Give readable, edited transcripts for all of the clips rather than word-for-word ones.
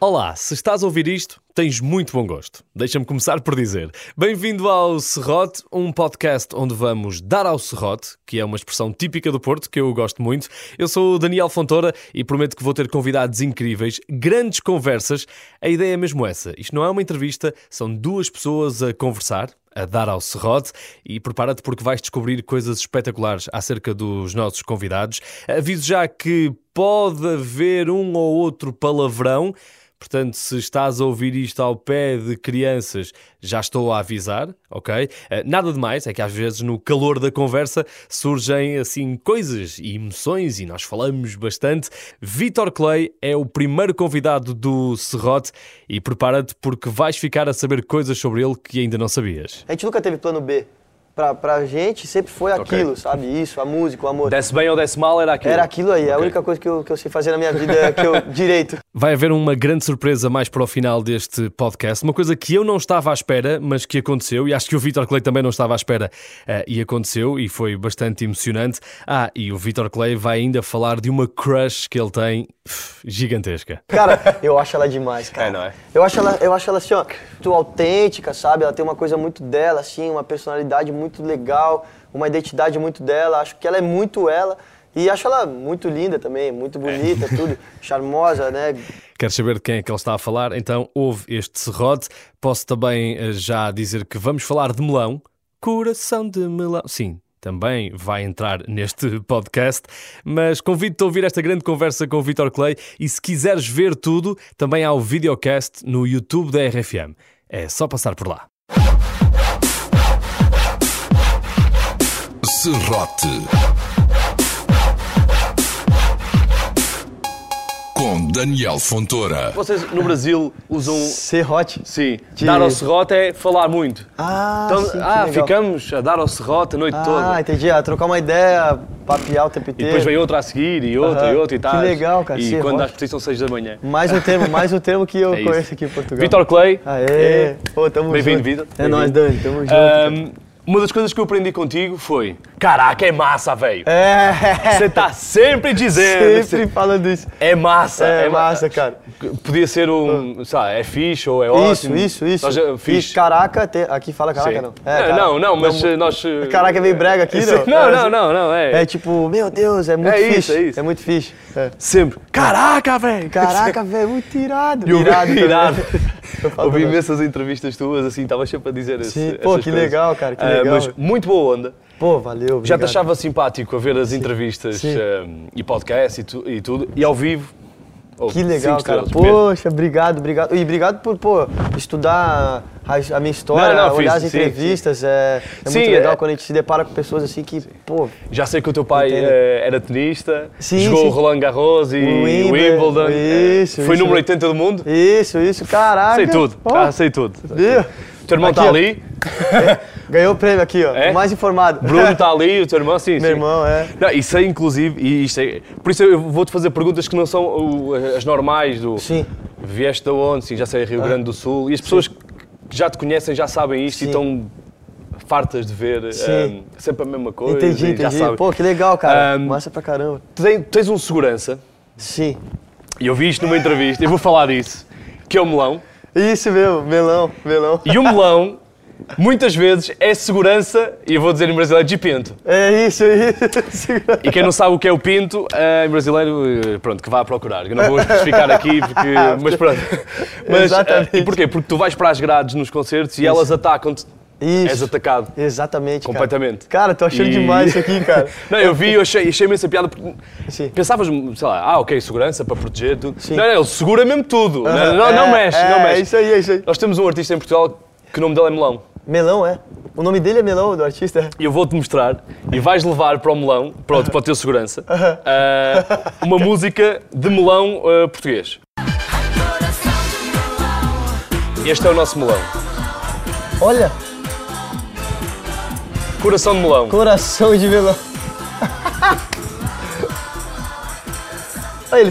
Olá, se estás a ouvir isto, tens muito bom gosto. Deixa-me começar por dizer. Bem-vindo ao Serrote, um podcast onde vamos dar ao serrote, que é uma expressão típica do Porto, que eu gosto muito. Eu sou o Daniel Fontoura e prometo que vou ter convidados incríveis, grandes conversas. A ideia é mesmo essa. Isto não é uma entrevista, são duas pessoas a conversar, a dar ao serrote, e prepara-te porque vais descobrir coisas espetaculares acerca dos nossos convidados. Aviso já que pode haver um ou outro palavrão. Portanto, se estás a ouvir isto ao pé de crianças, já estou a avisar, ok? Nada de mais, é que às vezes no calor da conversa surgem assim coisas e emoções e nós falamos bastante. Vítor Clay é o primeiro convidado do Serrote e prepara-te porque vais ficar a saber coisas sobre ele que ainda não sabias. A gente nunca teve plano B. Pra gente sempre foi aquilo, sabe? Isso, a música, o amor. Desce bem ou desce mal, era aquilo? Era aquilo aí, a única coisa que eu sei fazer na minha vida é que eu direito. Vai haver uma grande surpresa mais para o final deste podcast, uma coisa que eu não estava à espera, mas que aconteceu, e acho que o Vítor Clay também não estava à espera, e aconteceu, e foi bastante emocionante. E o Vítor Clay vai ainda falar de uma crush que ele tem gigantesca. Cara, eu acho ela demais, cara. Não é? Eu acho ela assim, ó, muito autêntica, sabe? Ela tem uma coisa muito dela, assim, uma personalidade muito legal, uma identidade muito dela. Acho que ela é muito ela. E acho ela muito linda também, muito bonita, tudo, charmosa, né? Queres saber de quem é que ele está a falar? Então ouve este serrote. Posso também já dizer que vamos falar de melão. Coração de melão. Sim, também vai entrar neste podcast, mas convido-te a ouvir esta grande conversa com o Vítor Clay e se quiseres ver tudo, também há o videocast no YouTube da RFM. É só passar por lá. Serrote com Daniel Fontoura. Vocês no Brasil usam... Serrote? Sim. Dar ao serrote é falar muito. Então, sim, ficamos a dar ao serrote a noite toda. Entendi. Trocar uma ideia, papear o tempo inteiro. E depois vem outra a seguir, e outra, e tal. Que legal, cara. E serrote. quando dás preciso são 6 da manhã. Mais um termo que eu conheço aqui em Portugal. Vítor Clay. Aê. Pô, tamo junto. Bem-vindo, Vítor. É nóis, Dani. Tamo junto. Uma das coisas que eu aprendi contigo foi: caraca, é massa, velho. É. Você tá sempre dizendo. Sempre falando isso. É massa. É massa, cara. Podia ser sabe, é fixe ou é ótimo. Isso. Fixe. E caraca, aqui fala caraca, Sim. não. Cara, não, mas nós... Caraca é meio brega aqui, não? Não. É tipo, meu Deus, é muito fixe. É isso. É muito fixe. Sempre. Caraca, velho. Caraca, velho, muito irado. Irado. Eu Ouvi imensas entrevistas tuas, assim, estavas sempre a dizer isso. Sim, pô, que legal, cara, que legal. Mas muito boa onda. Pô, valeu, obrigado. Já te achava simpático a ver as entrevistas e podcast e tudo, e ao vivo. Que legal, cara. Poxa, obrigado. E obrigado por, estudar a minha história, olhar as entrevistas. É muito legal quando a gente se depara com pessoas assim que, pô... Já sei que o teu pai era tenista, sim, jogou o Roland Garros e o Wimbledon. Foi número 80 do mundo. Isso, caraca. Sei tudo, sei tudo. Viu? O teu irmão está ali. Ganhou o prêmio aqui, ó. O mais informado. Bruno está ali, o teu irmão, sim. Meu irmão, Não, isso é inclusive, por isso eu vou-te fazer perguntas que não são as normais do... Sim. Vieste de onde? Sim, já sei, Rio Grande do Sul. E as pessoas que já te conhecem já sabem isto e estão fartas de ver sempre a mesma coisa. Entendi. Já sabem. Pô, que legal, cara. Massa pra caramba. Tens um segurança. Sim. E eu vi isto numa entrevista, eu vou falar disso, que é o melão. Isso mesmo, melão. E o melão, muitas vezes, é segurança, e eu vou dizer em brasileiro, de pinto. É isso. E quem não sabe o que é o pinto, em brasileiro, pronto, que vá procurar. Eu não vou especificar aqui, mas pronto. Exatamente. E porquê? Porque tu vais para as grades nos concertos e elas atacam-te. Isso. És atacado. Exatamente, completamente. Cara, tô achando demais isso aqui, cara. Não, eu vi, eu achei imensa piada, porque pensavas, sei lá, ok, segurança para proteger tudo. Sim. Não, ele segura mesmo tudo. Não mexe. É isso aí. Nós temos um artista em Portugal que o nome dele é Melão. Melão, é? O nome dele é Melão, do artista? E eu vou-te mostrar, e vais levar para o Melão, para o teu segurança, uma música de melão português. Este é o nosso melão. Olha! Coração de melão. Coração de melão.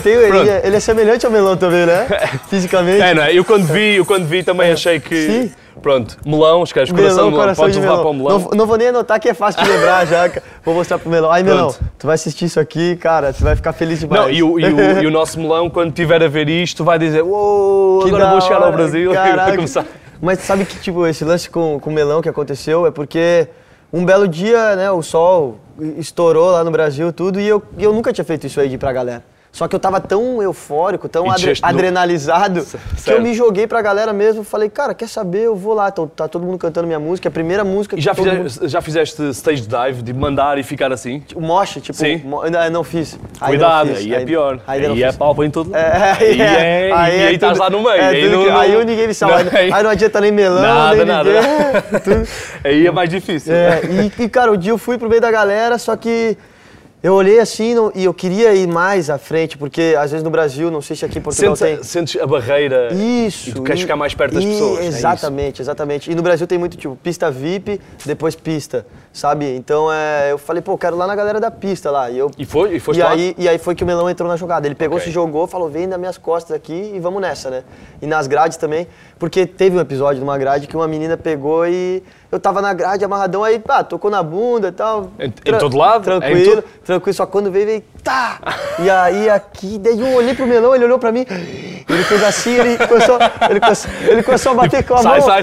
Ele é semelhante ao melão também, né? Fisicamente. Não é? Eu quando vi também achei que... Sim. Pronto, melão, escreves coração de melão, podes levar para o melão. Não vou nem anotar que é fácil de lembrar já. Vou mostrar pro melão. Aí, melão, Pronto. tu vai assistir isso aqui, cara, tu vai ficar feliz demais. Não, e o nosso melão, quando tiver a ver isto, vai dizer: uou, agora vou chegar ao Brasil e vai começar. Mas sabe que, tipo, esse lance com o melão que aconteceu é porque um belo dia, né, o sol estourou lá no Brasil tudo e eu nunca tinha feito isso aí de ir pra galera. Só que eu tava tão eufórico, tão adrenalizado, que eu me joguei pra galera mesmo. Falei, cara, quer saber? Eu vou lá. Então, tá todo mundo cantando minha música, a primeira música que já fizeste stage dive, de mandar e ficar assim? O mosh, tipo, sim. Ainda não fiz. Cuidado, aí é pior. Aí é pau em todo lado. Aí estás lá no meio. Aí ninguém me salva. Aí não adianta nem melão, nem ninguém. Aí é mais difícil. E, cara, o dia eu fui pro meio da galera, só que eu olhei assim e eu queria ir mais à frente, porque às vezes no Brasil, não sei se aqui em Portugal tem... Sentes a barreira e tu queres ficar mais perto das pessoas. Exatamente, exatamente. E no Brasil tem muito, tipo, pista VIP, depois pista, sabe? Então eu falei, pô, quero lá na galera da pista lá. E foste lá? E aí foi que o melão entrou na jogada. Ele pegou, se jogou, falou, vem nas minhas costas aqui e vamos nessa, né? E nas grades também, porque teve um episódio numa grade que uma menina pegou e... Eu tava na grade, amarradão, aí, tocou na bunda e tal. Em todo lado? Tranquilo, tranquilo, só quando veio, tá! E aí aqui, daí eu olhei pro melão, ele olhou pra mim, ele fez assim, ele começou a bater com a mão. Sai.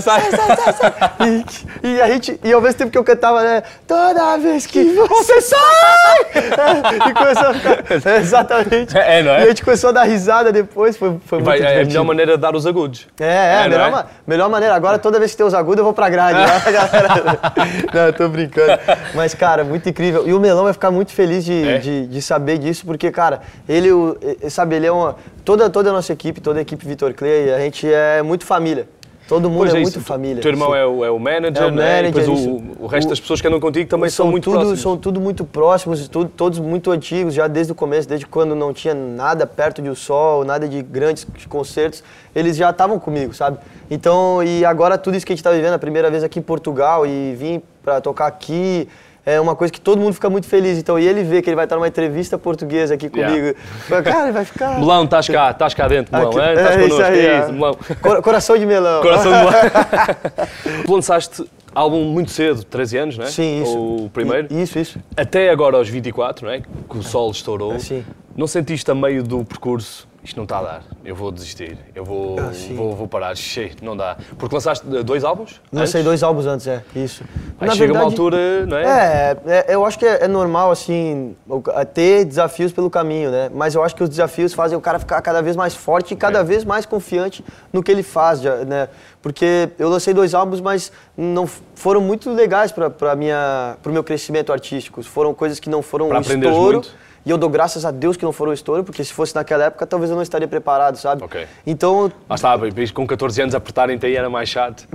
E ao mesmo tempo que eu cantava, né, toda vez que você sai! E começou a ficar, exatamente. Não é? E a gente começou a dar risada depois, foi muito divertido. É a melhor maneira de dar os agudos. Melhor maneira. Agora, toda vez que tem os agudos, eu vou pra grade. Não, eu tô brincando. Mas, cara, muito incrível. E o melão vai ficar muito feliz de saber disso, porque, cara, ele é uma... Toda a nossa equipe, toda a equipe Vitor Clay, a gente é muito família. Todo mundo é muito família. Teu irmão é o manager, né? E depois o resto das pessoas que andam contigo também são muito próximos. São tudo muito próximos, todos muito antigos, já desde o começo, desde quando não tinha nada perto de O Sol, nada de grandes concertos, eles já estavam comigo, sabe? Então, e agora tudo isso que a gente tá vivendo, a primeira vez aqui em Portugal e vim pra tocar aqui, é uma coisa que todo mundo fica muito feliz. Então, e ele vê que ele vai estar numa entrevista portuguesa aqui comigo. Cara, ele vai ficar... Melão, estás cá dentro, melão. Estás connosco, é isso, melão. Coração de melão. Coração de melão. Tu lançaste álbum muito cedo, 13 anos, não é? Sim, isso. O primeiro. Isso. Até agora aos 24, não é? Que o sol estourou. Sim. Não sentiste a meio do percurso, isto não está a dar, eu vou desistir, eu vou parar, cheio, não dá. Porque lançaste 2 álbuns? Lancei 2 álbuns antes, isso. Aí chega uma altura, não é? Eu acho que é normal, assim, ter desafios pelo caminho, né? Mas eu acho que os desafios fazem o cara ficar cada vez mais forte e cada vez mais confiante no que ele faz, né? Porque eu lancei 2 álbuns, mas não foram muito legais para o meu crescimento artístico. Foram coisas que não foram um estouro. Muito. E eu dou graças a Deus que não foram um estouro, porque se fosse naquela época, talvez eu não estaria preparado, sabe? Ok. Então... Mas tá, com 14 anos apertarem-te aí era mais chato.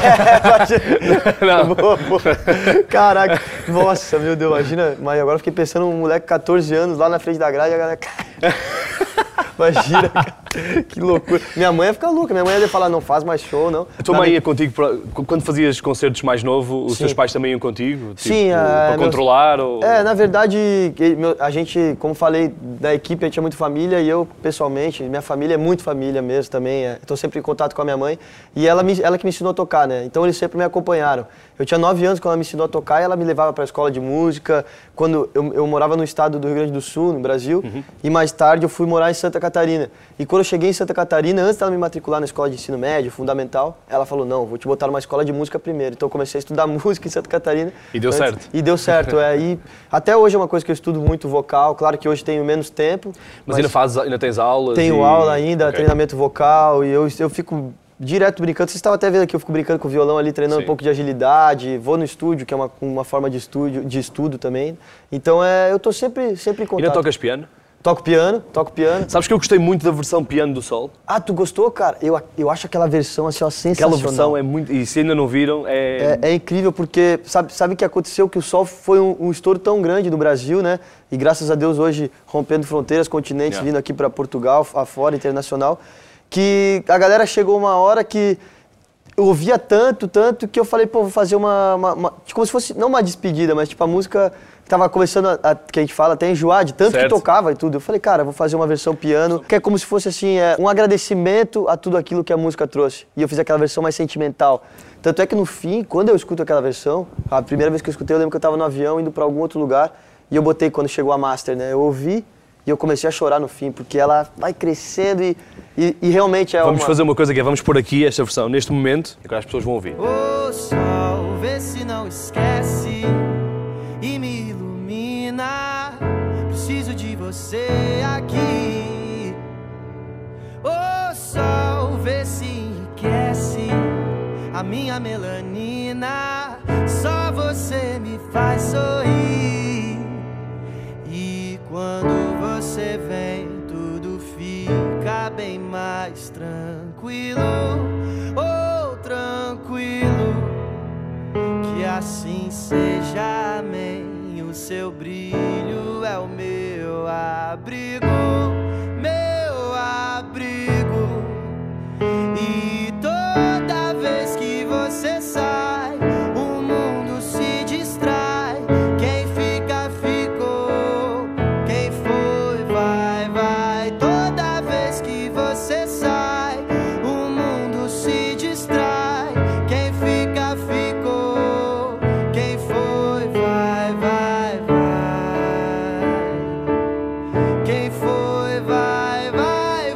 Não. Boa. Caraca, nossa, meu Deus, imagina. Mas agora eu fiquei pensando um moleque de 14 anos lá na frente da grade e a galera... Imagina, cara, que loucura. Minha mãe ia ficar louca, minha mãe ia falar, não faz mais show, não. A tua mãe ia contigo, quando fazias concertos mais novo, os teus pais também iam contigo? Tipo, sim. Para controlar? Ou... na verdade, a gente, como falei, da equipe, a gente é muito família e eu, pessoalmente, minha família é muito família mesmo também. Estou sempre em contato com a minha mãe e ela que me ensinou a tocar, né? Então eles sempre me acompanharam. Eu tinha 9 anos quando ela me ensinou a tocar e ela me levava para a escola de música. Quando eu morava no estado do Rio Grande do Sul, no Brasil, e mais tarde eu fui morar em Santa Catarina. E quando eu cheguei em Santa Catarina, antes dela me matricular na escola de ensino médio, fundamental, ela falou, não, vou te botar numa escola de música primeiro. Então eu comecei a estudar música em Santa Catarina. E deu certo. E deu certo, E até hoje é uma coisa que eu estudo muito vocal, claro que hoje tenho menos tempo. Mas ainda tens aulas? Tenho aula ainda, treinamento vocal, e eu fico... direto brincando, vocês estavam até vendo aqui, eu fico brincando com o violão ali, treinando um pouco de agilidade, vou no estúdio, que é uma forma de estudo também. Então eu tô sempre em contato. E ainda tocas piano? Toco piano. Sabes que eu gostei muito da versão piano do Sol? Ah, tu gostou, cara? Eu acho aquela versão assim, ó, sensacional. Aquela versão é muito... E se ainda não viram, é incrível, porque sabe o que aconteceu? Que o Sol foi um estouro tão grande no Brasil, né? E graças a Deus hoje, rompendo fronteiras, continentes, vindo aqui para Portugal, afora, internacional, que a galera chegou uma hora que eu ouvia tanto que eu falei, pô, vou fazer como se fosse, não uma despedida, mas tipo a música tava começando que a gente fala, até enjoar de tanto que tocava e tudo. Eu falei, cara, vou fazer uma versão piano, que é como se fosse assim, um agradecimento a tudo aquilo que a música trouxe. E eu fiz aquela versão mais sentimental. Tanto é que no fim, quando eu escuto aquela versão, a primeira vez que eu escutei, eu lembro que eu tava no avião indo pra algum outro lugar e eu botei quando chegou a master, né? Eu ouvi e eu comecei a chorar no fim, porque ela vai crescendo e realmente é Vamos fazer uma coisa que é, vamos pôr aqui esta versão neste momento, e agora as pessoas vão ouvir. O sol, vê se não esquece e me ilumina. Preciso de você aqui. O sol, vê se enriquece a minha melanina. Só você me faz sorrir. E quando você vem, tudo fica bem mais tranquilo. Oh, tranquilo. Que assim seja, amém. O seu brilho é o meu abrigo, meu abrigo. E toda vez que você sai, o mundo se distrai. Quem fica, ficou. Quem foi, vai, vai. Toda vez que você sai, o mundo se distrai. Quem fica, ficou. Quem foi, vai, vai, vai. Quem foi, vai, vai,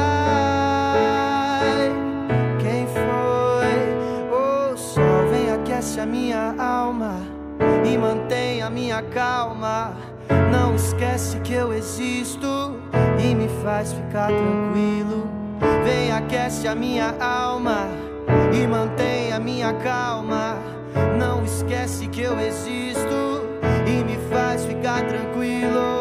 vai. Quem foi? O sol vem, aquece a minha alma e mantém a minha calma. Não esquece que eu existo e me faz ficar tranquilo. Vem, aquece a minha alma e mantém a minha calma. Não esquece que eu existo e me faz ficar tranquilo.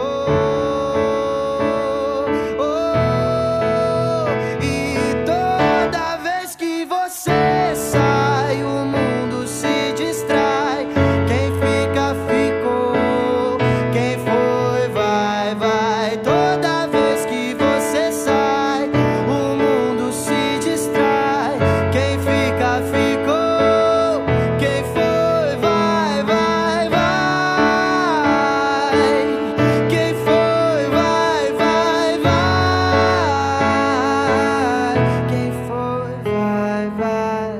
E toda vez que você sai, o mundo se distrai. Quem fica, ficou. Quem foi, vai, vai. Toda vez que você sai, o mundo se distrai. Quem fica, ficou. Quem foi, vai, vai, vai. Quem foi, vai, vai, vai. Quem foi, vai, vai,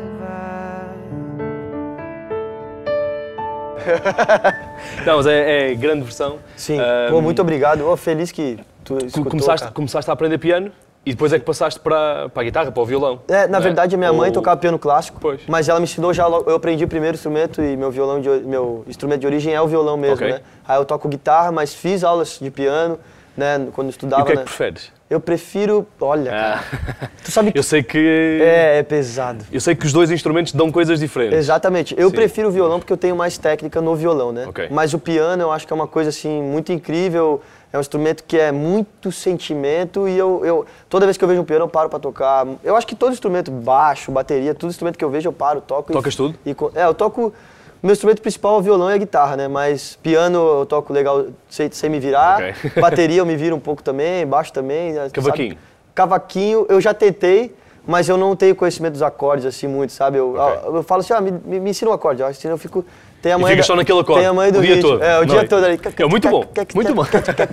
vai. Não, mas é grande versão. Sim, pô, muito obrigado. Oh, feliz que tu escutou, Começaste a aprender piano e depois é que passaste para a guitarra, para o violão. Na verdade, a minha mãe tocava piano clássico, Pois. mas ela me ensinou já, eu aprendi o primeiro instrumento e meu instrumento de origem é o violão mesmo, Ok. né? Aí eu toco guitarra, mas fiz aulas de piano, né, quando E estudava, o que é né? que preferes? Eu prefiro, olha, cara, tu sabe que Eu sei que... é pesado. Eu sei que os dois instrumentos dão coisas diferentes. Exatamente. Eu Sim. prefiro o violão porque eu tenho mais técnica no violão, né? Ok. Mas o piano eu acho que é uma coisa assim muito incrível. É um instrumento que é muito sentimento e toda vez que eu vejo um piano eu paro pra tocar. Eu acho que todo instrumento, baixo, bateria, todo instrumento que eu vejo eu paro, toco. Tocas tudo? Eu toco. Meu instrumento principal é o violão e a guitarra, né? Mas piano eu toco legal, sei me virar. Ok. Bateria eu me viro um pouco também, baixo também. Cavaquinho? Sabe? Cavaquinho eu já tentei, mas eu não tenho conhecimento dos acordes assim muito, sabe? Eu falo assim, me ensina um acorde, assim eu fico... Tem a E mãe ficas só naquele acorde, tem a mãe do o dia ritmo. todo, É, o dia noite. todo ali. É muito bom, muito bom.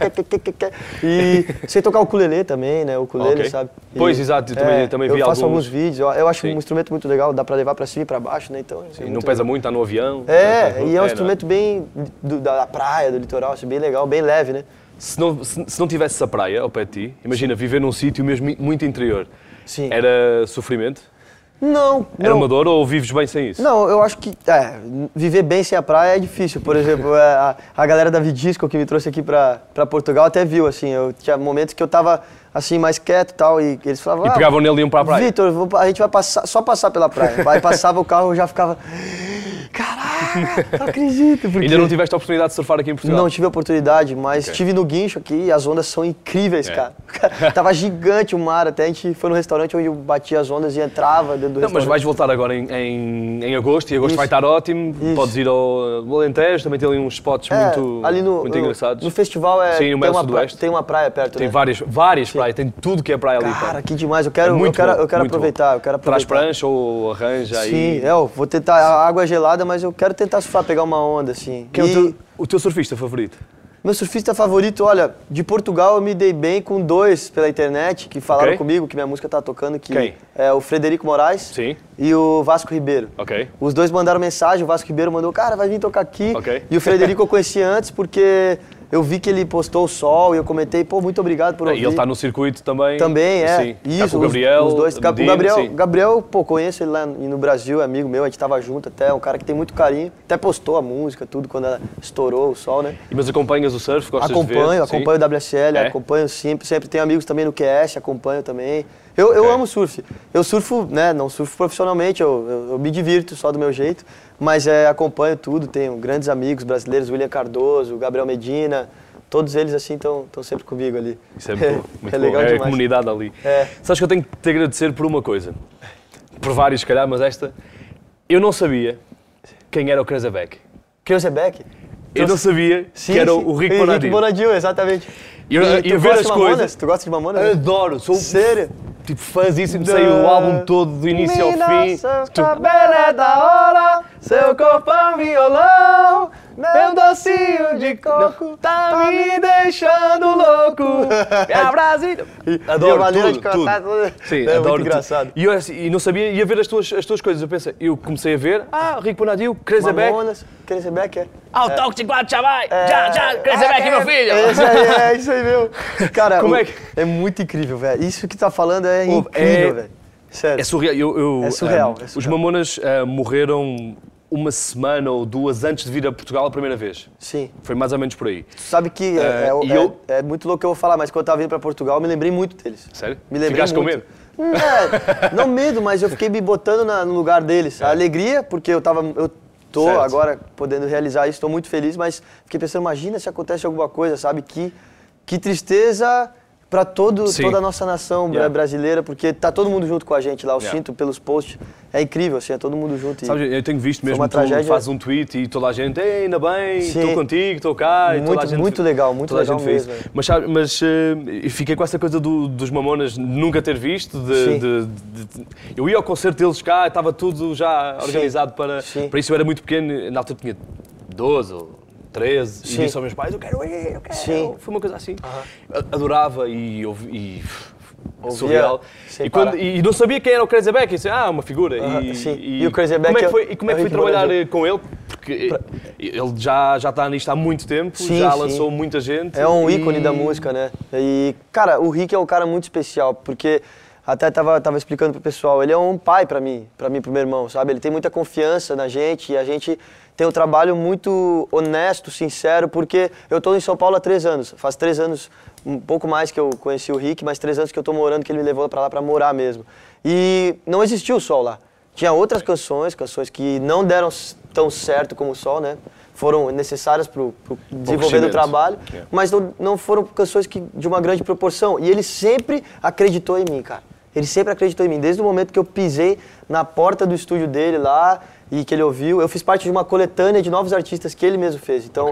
E sei tocar o ukulele também, né? O ukulele, Ok. sabe? Pois, exato, eu também vi Eu faço alguns. alguns vídeos, eu acho Sim. um instrumento muito legal, dá pra levar pra cima e pra baixo, né? Então, E não pesa muito, está no avião. e é um não instrumento bem da praia, do litoral, assim, bem legal, bem leve, né? Se não tivesse essa praia ao pé de ti, imagina viver num sítio mesmo muito interior. Sim. Era sofrimento? Não, Era uma dor ou vives bem sem isso? Não, eu acho que viver bem sem a praia é difícil. Por exemplo, a galera da Vidisco que me trouxe aqui pra Portugal até viu, assim, eu tinha momentos que eu tava assim, mais quieto e tal, e eles falavam... E pegavam nele e iam para a praia? Vitor, a gente vai só passar pela praia. Aí passava o carro, eu já ficava... Caralho! Não acredito, porque... Ainda não tiveste a oportunidade de surfar aqui em Portugal? Não tive a oportunidade, mas estive no guincho aqui e as ondas são incríveis, cara. Tava gigante o mar, até a gente foi no restaurante onde eu batia as ondas e entrava dentro do restaurante. Mas vais voltar agora em agosto e agosto vai estar ótimo. Isso. Podes ir ao Alentejo, também tem ali uns spots muito engraçados. No festival Sim, no Mel Sudoeste. tem uma praia perto, Tem né? várias praias, tem tudo que é praia ali. Cara, que demais, eu quero aproveitar. Traz prancha ou arranja aí? Sim, eu vou tentar, a água é gelada, mas eu quero tentar surfar, pegar uma onda, assim. Quem é o teu surfista favorito? Meu surfista favorito, olha, de Portugal eu me dei bem com 2 pela internet, que falaram comigo, que minha música tá tocando, que Quem? é o Frederico Moraes Sim. e o Vasco Ribeiro. Ok. Os 2 mandaram mensagem, o Vasco Ribeiro mandou, cara, vai vir tocar aqui. Ok. E o Frederico eu conheci antes porque eu vi que ele postou o sol e eu comentei, pô, muito obrigado por ouvir. E ele está no circuito também? Também, é. Sim. Isso, com o Gabriel, os dois. Medina, O Gabriel, pô, conheço ele lá no Brasil, é amigo meu, a gente tava junto até, é um cara que tem muito carinho. Até postou a música, tudo, quando ela estourou o sol, né? Mas acompanhas o surf? Gostas de ver? Acompanho o WSL, acompanho sempre tenho amigos também no QS, acompanho também. Eu amo surf. Eu surfo, né, não surfo profissionalmente, eu me divirto só do meu jeito, mas acompanho tudo, tenho grandes amigos brasileiros, William Cardoso, Gabriel Medina, todos eles assim estão sempre comigo ali. Isso é muito bom. Legal É demais. a comunidade ali. É. Sabes que eu tenho que te agradecer por uma coisa. Por vários, se calhar, mas esta... Eu não sabia quem era o Krezebeck. Krezebeck? Eu não sabia que era o Rick Bonadio. Rick Bonadio, exatamente. E a ver as coisas... Tu gosta de Mamonas? Adoro. Sou sério? Tipo, fãzíssimo. Sei o álbum todo, do início ao fim. Seu cabelo é da hora, seu corpão violão, meu docinho de coco tá me deixando louco. É Brasil. Adoro maneira tudo, de cantar tudo. Sim, é adoro muito engraçado. E eu assim, e não sabia, ia ver as tuas coisas. Eu pensei, eu comecei a ver, Rick Bonadio, Krezebeck. Mamonas, Krezebeck é. O toque de quatro, chamai! Já, Krezebeck, meu filho! É isso aí, meu. Cara, Como é que... é muito incrível, velho. Isso que tá falando é incrível, velho. Sério. É surreal. É surreal. Os Mamonas morreram uma semana ou 2 antes de vir a Portugal a primeira vez. Sim. Foi mais ou menos por aí. Tu sabe que é muito louco que eu vou falar, mas quando eu tava vindo pra Portugal, eu me lembrei muito deles. Sério? Me lembrei Ficaste muito. com medo? Não medo, mas eu fiquei me botando no lugar deles. A alegria, porque eu tô Certo. agora podendo realizar isso, tô muito feliz, mas fiquei pensando, imagina se acontece alguma coisa, sabe? Que tristeza para toda a nossa nação brasileira, porque tá todo mundo junto com a gente lá, eu sinto pelos posts, é incrível, assim, é todo mundo junto. Sabe, eu tenho visto mesmo, uma tragédia. fazes um tweet e toda a gente, ainda bem, estou contigo, estou cá. E toda a gente, muito legal, muito toda legal a gente mesmo. fez. Mas, sabe, fiquei com essa coisa dos Mamonas nunca ter visto. Eu ia ao concerto deles cá, estava tudo já organizado para isso. Eu era muito pequeno, na altura tinha 12 ou 13, e disse aos meus pais, eu quero ir, eu quero. Sim. Foi uma coisa assim. Adorava e surreal. E não sabia quem era o Krezebeck, e disse, uma figura. E o Krezebeck como é que foi trabalhar com ele? Porque ele já está nisto há muito tempo, lançou muita gente. É um ícone da música, né? E, cara, o Rick é um cara muito especial, porque até tava explicando pro pessoal, ele é um pai pra mim, pro meu irmão, sabe? Ele tem muita confiança na gente e a gente tem um trabalho muito honesto, sincero, porque eu tô em São Paulo há 3 anos. Faz 3 anos, um pouco mais que eu conheci o Rick, mas 3 anos que eu tô morando, que ele me levou pra lá pra morar mesmo. E não existiu o Sol lá. Tinha outras canções que não deram tão certo como o Sol, né? Foram necessárias pro desenvolver do trabalho, mas não foram canções de uma grande proporção. E ele sempre acreditou em mim, cara. Ele sempre acreditou em mim, desde o momento que eu pisei na porta do estúdio dele lá e que ele ouviu. Eu fiz parte de uma coletânea de novos artistas que ele mesmo fez. Então,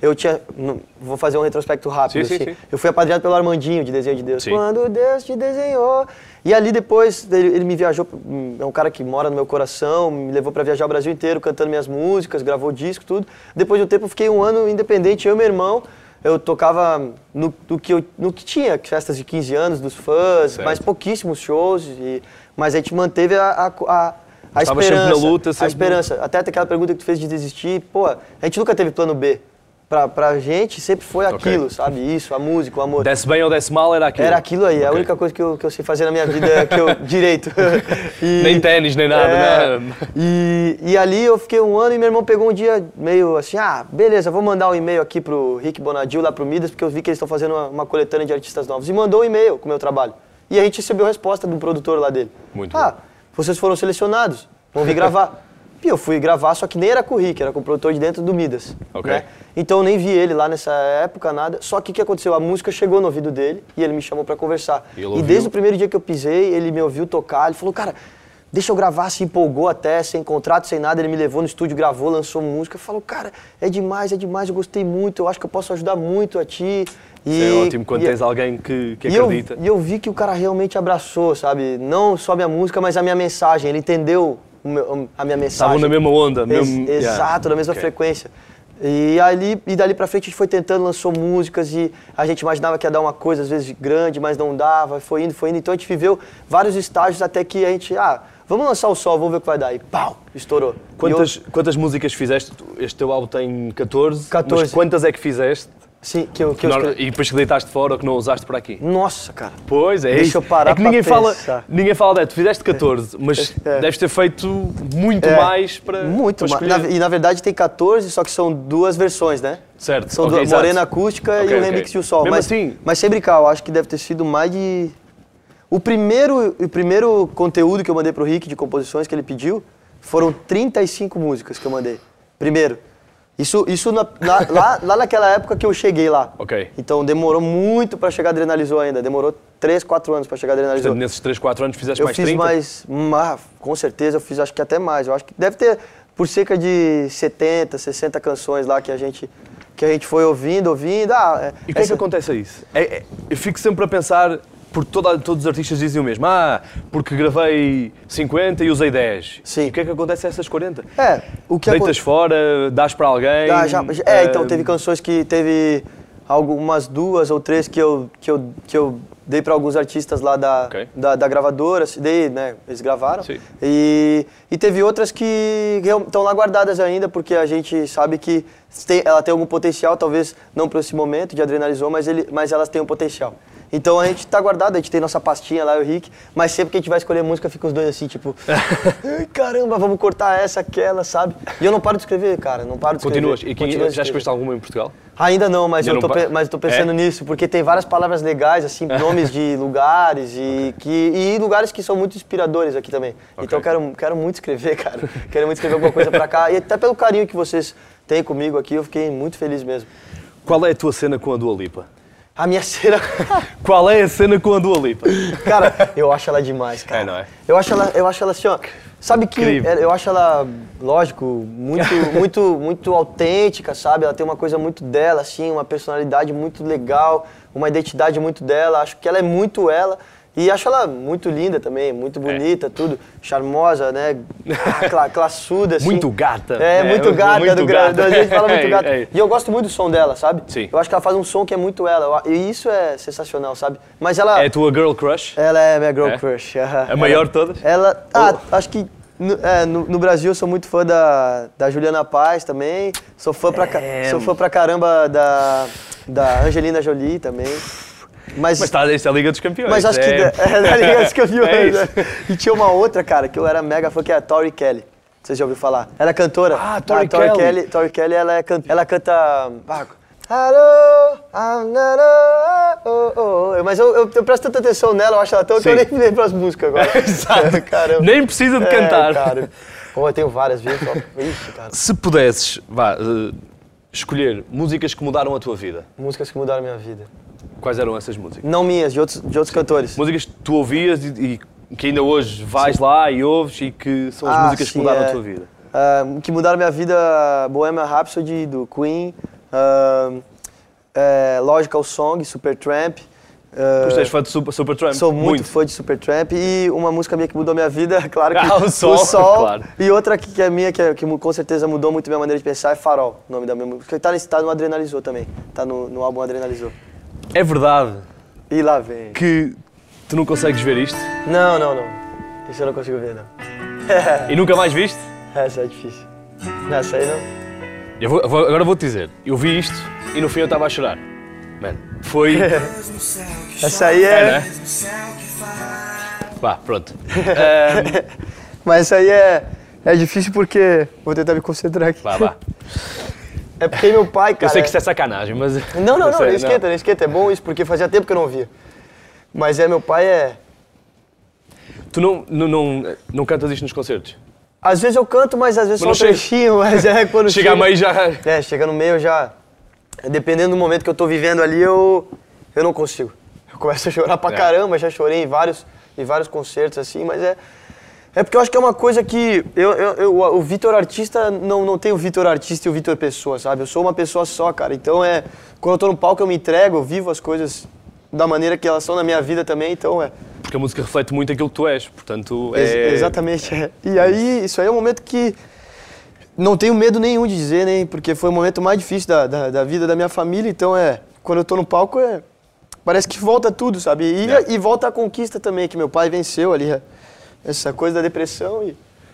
vou fazer um retrospecto rápido. Sim. Eu fui apadrinhado pelo Armandinho, de Desenho de Deus. Quando Deus te desenhou. E ali depois, ele me viajou, é um cara que mora no meu coração, me levou pra viajar o Brasil inteiro cantando minhas músicas, gravou disco, tudo. Depois de um tempo, eu fiquei 1 ano independente, eu e meu irmão. Eu tocava no que tinha, festas de 15 anos dos fãs, mas pouquíssimos shows, mas a gente manteve a esperança. Sempre na luta, a esperança. Até aquela pergunta que tu fez de desistir, pô, a gente nunca teve plano B. Pra gente sempre foi aquilo, sabe? Isso, a música, o amor. Desce bem ou desce mal, era aquilo? Era aquilo aí, a única coisa que eu sei fazer na minha vida é que eu direito. Nem tênis, nem nada, né? E ali eu fiquei 1 ano e meu irmão pegou um dia meio assim, beleza, vou mandar um e-mail aqui pro Rick Bonadio, lá pro Midas, porque eu vi que eles estão fazendo uma coletânea de artistas novos. E mandou um e-mail com o meu trabalho. E a gente recebeu a resposta do produtor lá dele. Muito bom. Vocês foram selecionados, vão vir gravar. E eu fui gravar, só que nem era com o Rick, era com o produtor de dentro do Midas. Ok. Né? Então eu nem vi ele lá nessa época, nada. Só que o que aconteceu? A música chegou no ouvido dele e ele me chamou pra conversar. E desde o primeiro dia que eu pisei, ele me ouviu tocar, ele falou, cara, deixa eu gravar, se empolgou até, sem contrato, sem nada. Ele me levou no estúdio, gravou, lançou música. Falou, cara, é demais, eu gostei muito, eu acho que eu posso ajudar muito a ti. Isso é ótimo quando tens alguém que acredita. E eu vi que o cara realmente abraçou, sabe? Não só a minha música, mas a minha mensagem. Ele entendeu a minha mensagem. Estavam na mesma onda. Exato, na mesma frequência. E dali pra frente a gente foi tentando, lançou músicas e a gente imaginava que ia dar uma coisa, às vezes, grande, mas não dava. Foi indo. Então a gente viveu vários estágios até que a gente... vamos lançar o sol, vamos ver o que vai dar. E pau, estourou. Quantas músicas fizeste? Este teu álbum tem 14. 14. Mas quantas é que fizeste? Sim, que eu E depois que deitaste fora ou que não usaste para aqui? Nossa, cara. Pois, é Deixa isso. eu parar que ninguém pra fala, pensar. ninguém fala, tu fizeste 14, mas deves ter feito muito mais para Muito mais. escolher. E na verdade tem 14, só que são duas versões, né? Certo. São duas, Morena Acústica e o Remix de O Sol. Mesmo assim... Mas sem brincar, eu acho que deve ter sido mais de... O primeiro conteúdo que eu mandei pro Rick de composições que ele pediu foram 35 músicas que eu mandei. Primeiro. Isso lá naquela época que eu cheguei lá. Ok. Então demorou muito pra chegar a Adrenalizou ainda. Demorou 3, 4 anos pra chegar a Adrenalizou. Portanto, nesses 3, 4 anos fizeste mais 30? Eu fiz mais, com certeza, eu fiz acho que até mais. Eu acho que deve ter por cerca de 70, 60 canções lá que a gente foi ouvindo. E o que é que acontece a isso? Eu fico sempre a pensar, porque todos os artistas dizem o mesmo. Porque gravei 50 e usei 10. Sim. E o que é que acontece a essas 40? O que Deitas fora, dás para alguém? Então teve canções que teve algumas 2 ou 3 que eu dei para alguns artistas lá da gravadora, né, eles gravaram. Sim. E teve outras que estão lá guardadas ainda, porque a gente sabe que ela tem algum potencial, talvez não para esse momento de Adrenalizou, mas elas têm um potencial. Então a gente tá guardado, a gente tem nossa pastinha lá, o Rick, mas sempre que a gente vai escolher música, fica os dois assim, tipo, ai, caramba, vamos cortar essa, aquela, sabe? E eu não paro de escrever, cara, não paro de escrever. Continuas? E já escreveste alguma em Portugal? Ainda não, mas eu tô pensando nisso, porque tem várias palavras legais, assim, nomes de lugares e lugares que são muito inspiradores aqui também. Okay. Então eu quero muito escrever, cara. Quero muito escrever alguma coisa pra cá. E até pelo carinho que vocês têm comigo aqui, eu fiquei muito feliz mesmo. Qual é a tua cena com a Dua Lipa? A minha cena... Qual é a cena com a Dua Lipa? Cara, eu acho ela demais, cara. Não é? Eu acho ela assim, ó... Sabe que eu acho ela, lógico, muito autêntica, sabe? Ela tem uma coisa muito dela, assim, uma personalidade muito legal, uma identidade muito dela. Acho que ela é muito ela. E acho ela muito linda também, muito bonita, tudo. Charmosa, né? Classuda, assim. Muito gata. Muito gata. A gente fala muito gata. É. E eu gosto muito do som dela, sabe? Sim. Eu acho que ela faz um som que é muito ela. E isso é sensacional, sabe? Mas ela... É a tua girl crush? Ela é minha girl crush. A maior de todas? Ela... acho que... No Brasil eu sou muito fã da Juliana Paz também. Sou fã pra caramba da Angelina Jolie também. Mas isso é a Liga dos Campeões. Mas acho que é da Liga dos Campeões, né? E tinha uma outra, cara, que eu era mega fã, que é a Tori Kelly. Vocês já ouviram falar? Ela é cantora. Tori Kelly. Tori Kelly, ela canta... Hello, mas eu presto tanta atenção nela, eu acho ela tão que eu nem me lembro as músicas agora. Exato. Caramba. Nem precisa de cantar. Cara. Pô, eu tenho várias, viu? Ixi, cara. Se pudesses, escolher músicas que mudaram a tua vida. Músicas que mudaram a minha vida. Quais eram essas músicas? Não minhas, de outros cantores. Músicas que tu ouvias e que ainda hoje vais lá e ouves e que são as músicas que mudaram a tua vida. Que mudaram a minha vida, Bohemian Rhapsody, do Queen, Logical Song, Supertramp. Tu és fã de Supertramp? Sou muito fã de Supertramp e uma música minha que mudou a minha vida, claro que o Sol. Claro. E outra que é minha, que com certeza mudou muito a minha maneira de pensar, é Farol, o nome da minha música. Tá no Adrenalizou também, tá no álbum Adrenalizou. É verdade E lá vem. que tu não consegues ver isto? Não. Isso eu não consigo ver, não. E nunca mais viste? Essa é difícil. Essa aí não. Agora vou-te dizer, eu vi isto e no fim eu estava a chorar. Mano, foi... Essa aí né? Vá, pronto. Mas essa aí é difícil porque... Vou tentar me concentrar aqui. Vá. É porque meu pai, cara... Eu sei que isso é sacanagem, mas... Não esquenta. É bom isso, porque fazia tempo que eu não via. Mas meu pai é... Tu não cantas isto nos concertos? Às vezes eu canto, mas às vezes só um trechinho, mas quando chega a meio já... chega no meio já... Dependendo do momento que eu tô vivendo ali, eu não consigo. Eu começo a chorar pra caramba, já chorei em vários concertos, assim, mas é porque eu acho que é uma coisa que... o Vitor artista, não tem o Vitor artista e o Vitor pessoa, sabe? Eu sou uma pessoa só, cara. Então, quando eu tô no palco, eu me entrego, eu vivo as coisas da maneira que elas são na minha vida também, então Porque a música reflete muito aquilo que tu és, portanto... Exatamente, E aí, isso aí é um momento que não tenho medo nenhum de dizer, nem porque foi o momento mais difícil da vida da minha família, então quando eu tô no palco, parece que volta tudo, sabe? E volta a conquista também, que meu pai venceu ali, essa coisa da depressão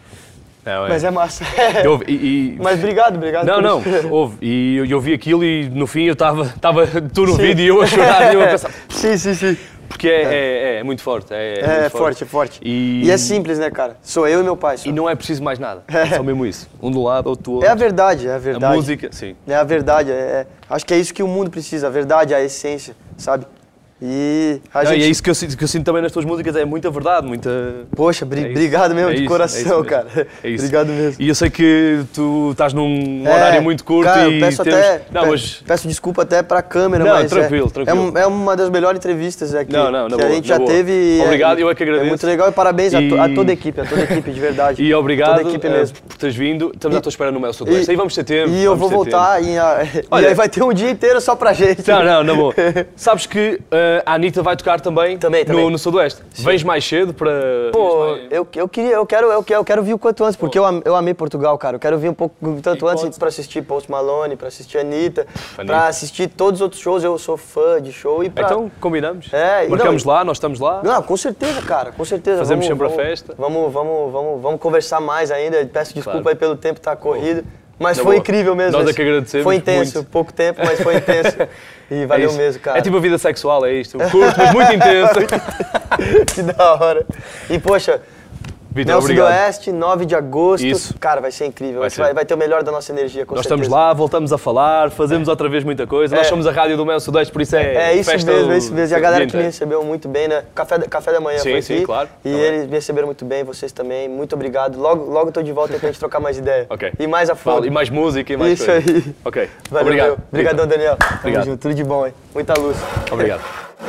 Mas é massa. Mas obrigado. Não, houve. E eu vi aquilo e no fim eu estava tu no vídeo e eu a chorar e eu a pensar... Sim. Porque é muito forte. É forte. E é simples, né, cara? Sou eu e meu pai. Só. E não é preciso mais nada. É só mesmo isso. Um do lado, outro do outro. É a verdade. A música, sim. É a verdade. Acho que é isso que o mundo precisa. A verdade, a essência, sabe? E é isso que eu sinto também nas tuas músicas, é muita verdade, muita... Poxa, obrigado mesmo, de coração, cara. É isso. Obrigado mesmo. E eu sei que tu estás num horário muito curto cara, e peço desculpa até pra câmera, não, mas tranquilo. É uma das melhores entrevistas aqui que a gente já boa. teve. Obrigado, eu é que agradeço. É muito legal e parabéns a toda a equipe, de verdade. E obrigado toda a equipe mesmo. por teres vindo, estamos à tua espera no Mel Sudoeste. Aí vamos ter tempo. E eu vou voltar e aí vai ter um dia inteiro só pra gente. Não, na boa. Sabes que a Anitta vai tocar também. No Sudoeste. Vens mais cedo para... Pô, eu quero vir o quanto antes, porque eu amei Portugal, cara. Eu quero vir um pouco tanto antes pra assistir Post Malone, pra assistir Anitta, pra assistir todos os outros shows. Eu sou fã de show e pra... Então, combinamos. Marcamos lá, nós estamos lá. Não, com certeza, cara, com certeza. Fazemos sempre a festa. Vamos conversar mais ainda. Peço desculpa aí pelo tempo estar corrido. Mas foi incrível mesmo. Nós é que agradecemos. Foi intenso, muito. Pouco tempo, mas foi intenso. E valeu mesmo, cara. É tipo a vida sexual, é isto. Curto, mas muito intenso. Que da hora. E, poxa, Mel Sudoeste, 9 de agosto. Isso. Cara, vai ser incrível. Vai ter o melhor da nossa energia, com certeza. Nós estamos lá, voltamos a falar, fazemos outra vez muita coisa. Nós somos a rádio do Mel Sudoeste, por isso é isso festa mesmo, é isso mesmo. E a galera que me recebeu muito bem, né? Café da manhã foi aqui. Sim, claro. E eles me receberam muito bem, vocês também. Muito obrigado. Logo tô de volta aí pra gente trocar mais ideia. Ok. E mais a fundo. E mais música e mais isso coisa. Aí. Ok. Valeu, obrigado. Obrigadão, Daniel. Obrigado. Junto. Tudo de bom, hein? Muita luz. Obrigado.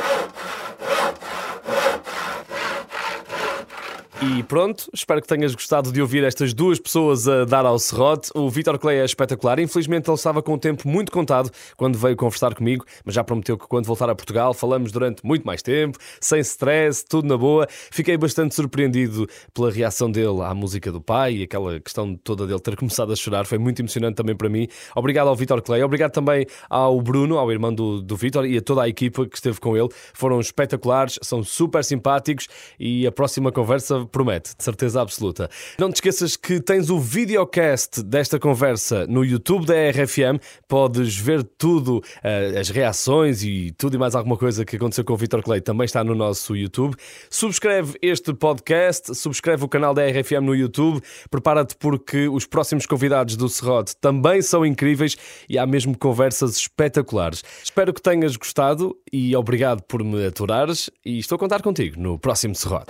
E pronto, espero que tenhas gostado de ouvir estas duas pessoas a dar ao serrote. O Vitor Clay é espetacular. Infelizmente ele estava com o tempo muito contado quando veio conversar comigo, mas já prometeu que quando voltar a Portugal falamos durante muito mais tempo, sem stress, tudo na boa. Fiquei bastante surpreendido pela reação dele à música do pai e aquela questão toda dele ter começado a chorar. Foi muito emocionante também para mim. Obrigado ao Vitor Clay, obrigado também ao Bruno, ao irmão do Vitor e a toda a equipa que esteve com ele. Foram espetaculares, são super simpáticos e a próxima conversa promete, de certeza absoluta. Não te esqueças que tens o videocast desta conversa no YouTube da RFM. Podes ver tudo, as reações e tudo e mais alguma coisa que aconteceu com o Vitor Clay também está no nosso YouTube. Subscreve este podcast, subscreve o canal da RFM no YouTube. Prepara-te porque os próximos convidados do Serrote também são incríveis e há mesmo conversas espetaculares. Espero que tenhas gostado e obrigado por me aturares e estou a contar contigo no próximo Serrote.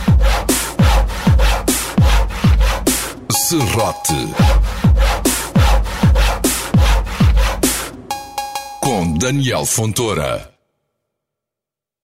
Serrote com Daniel Fontoura.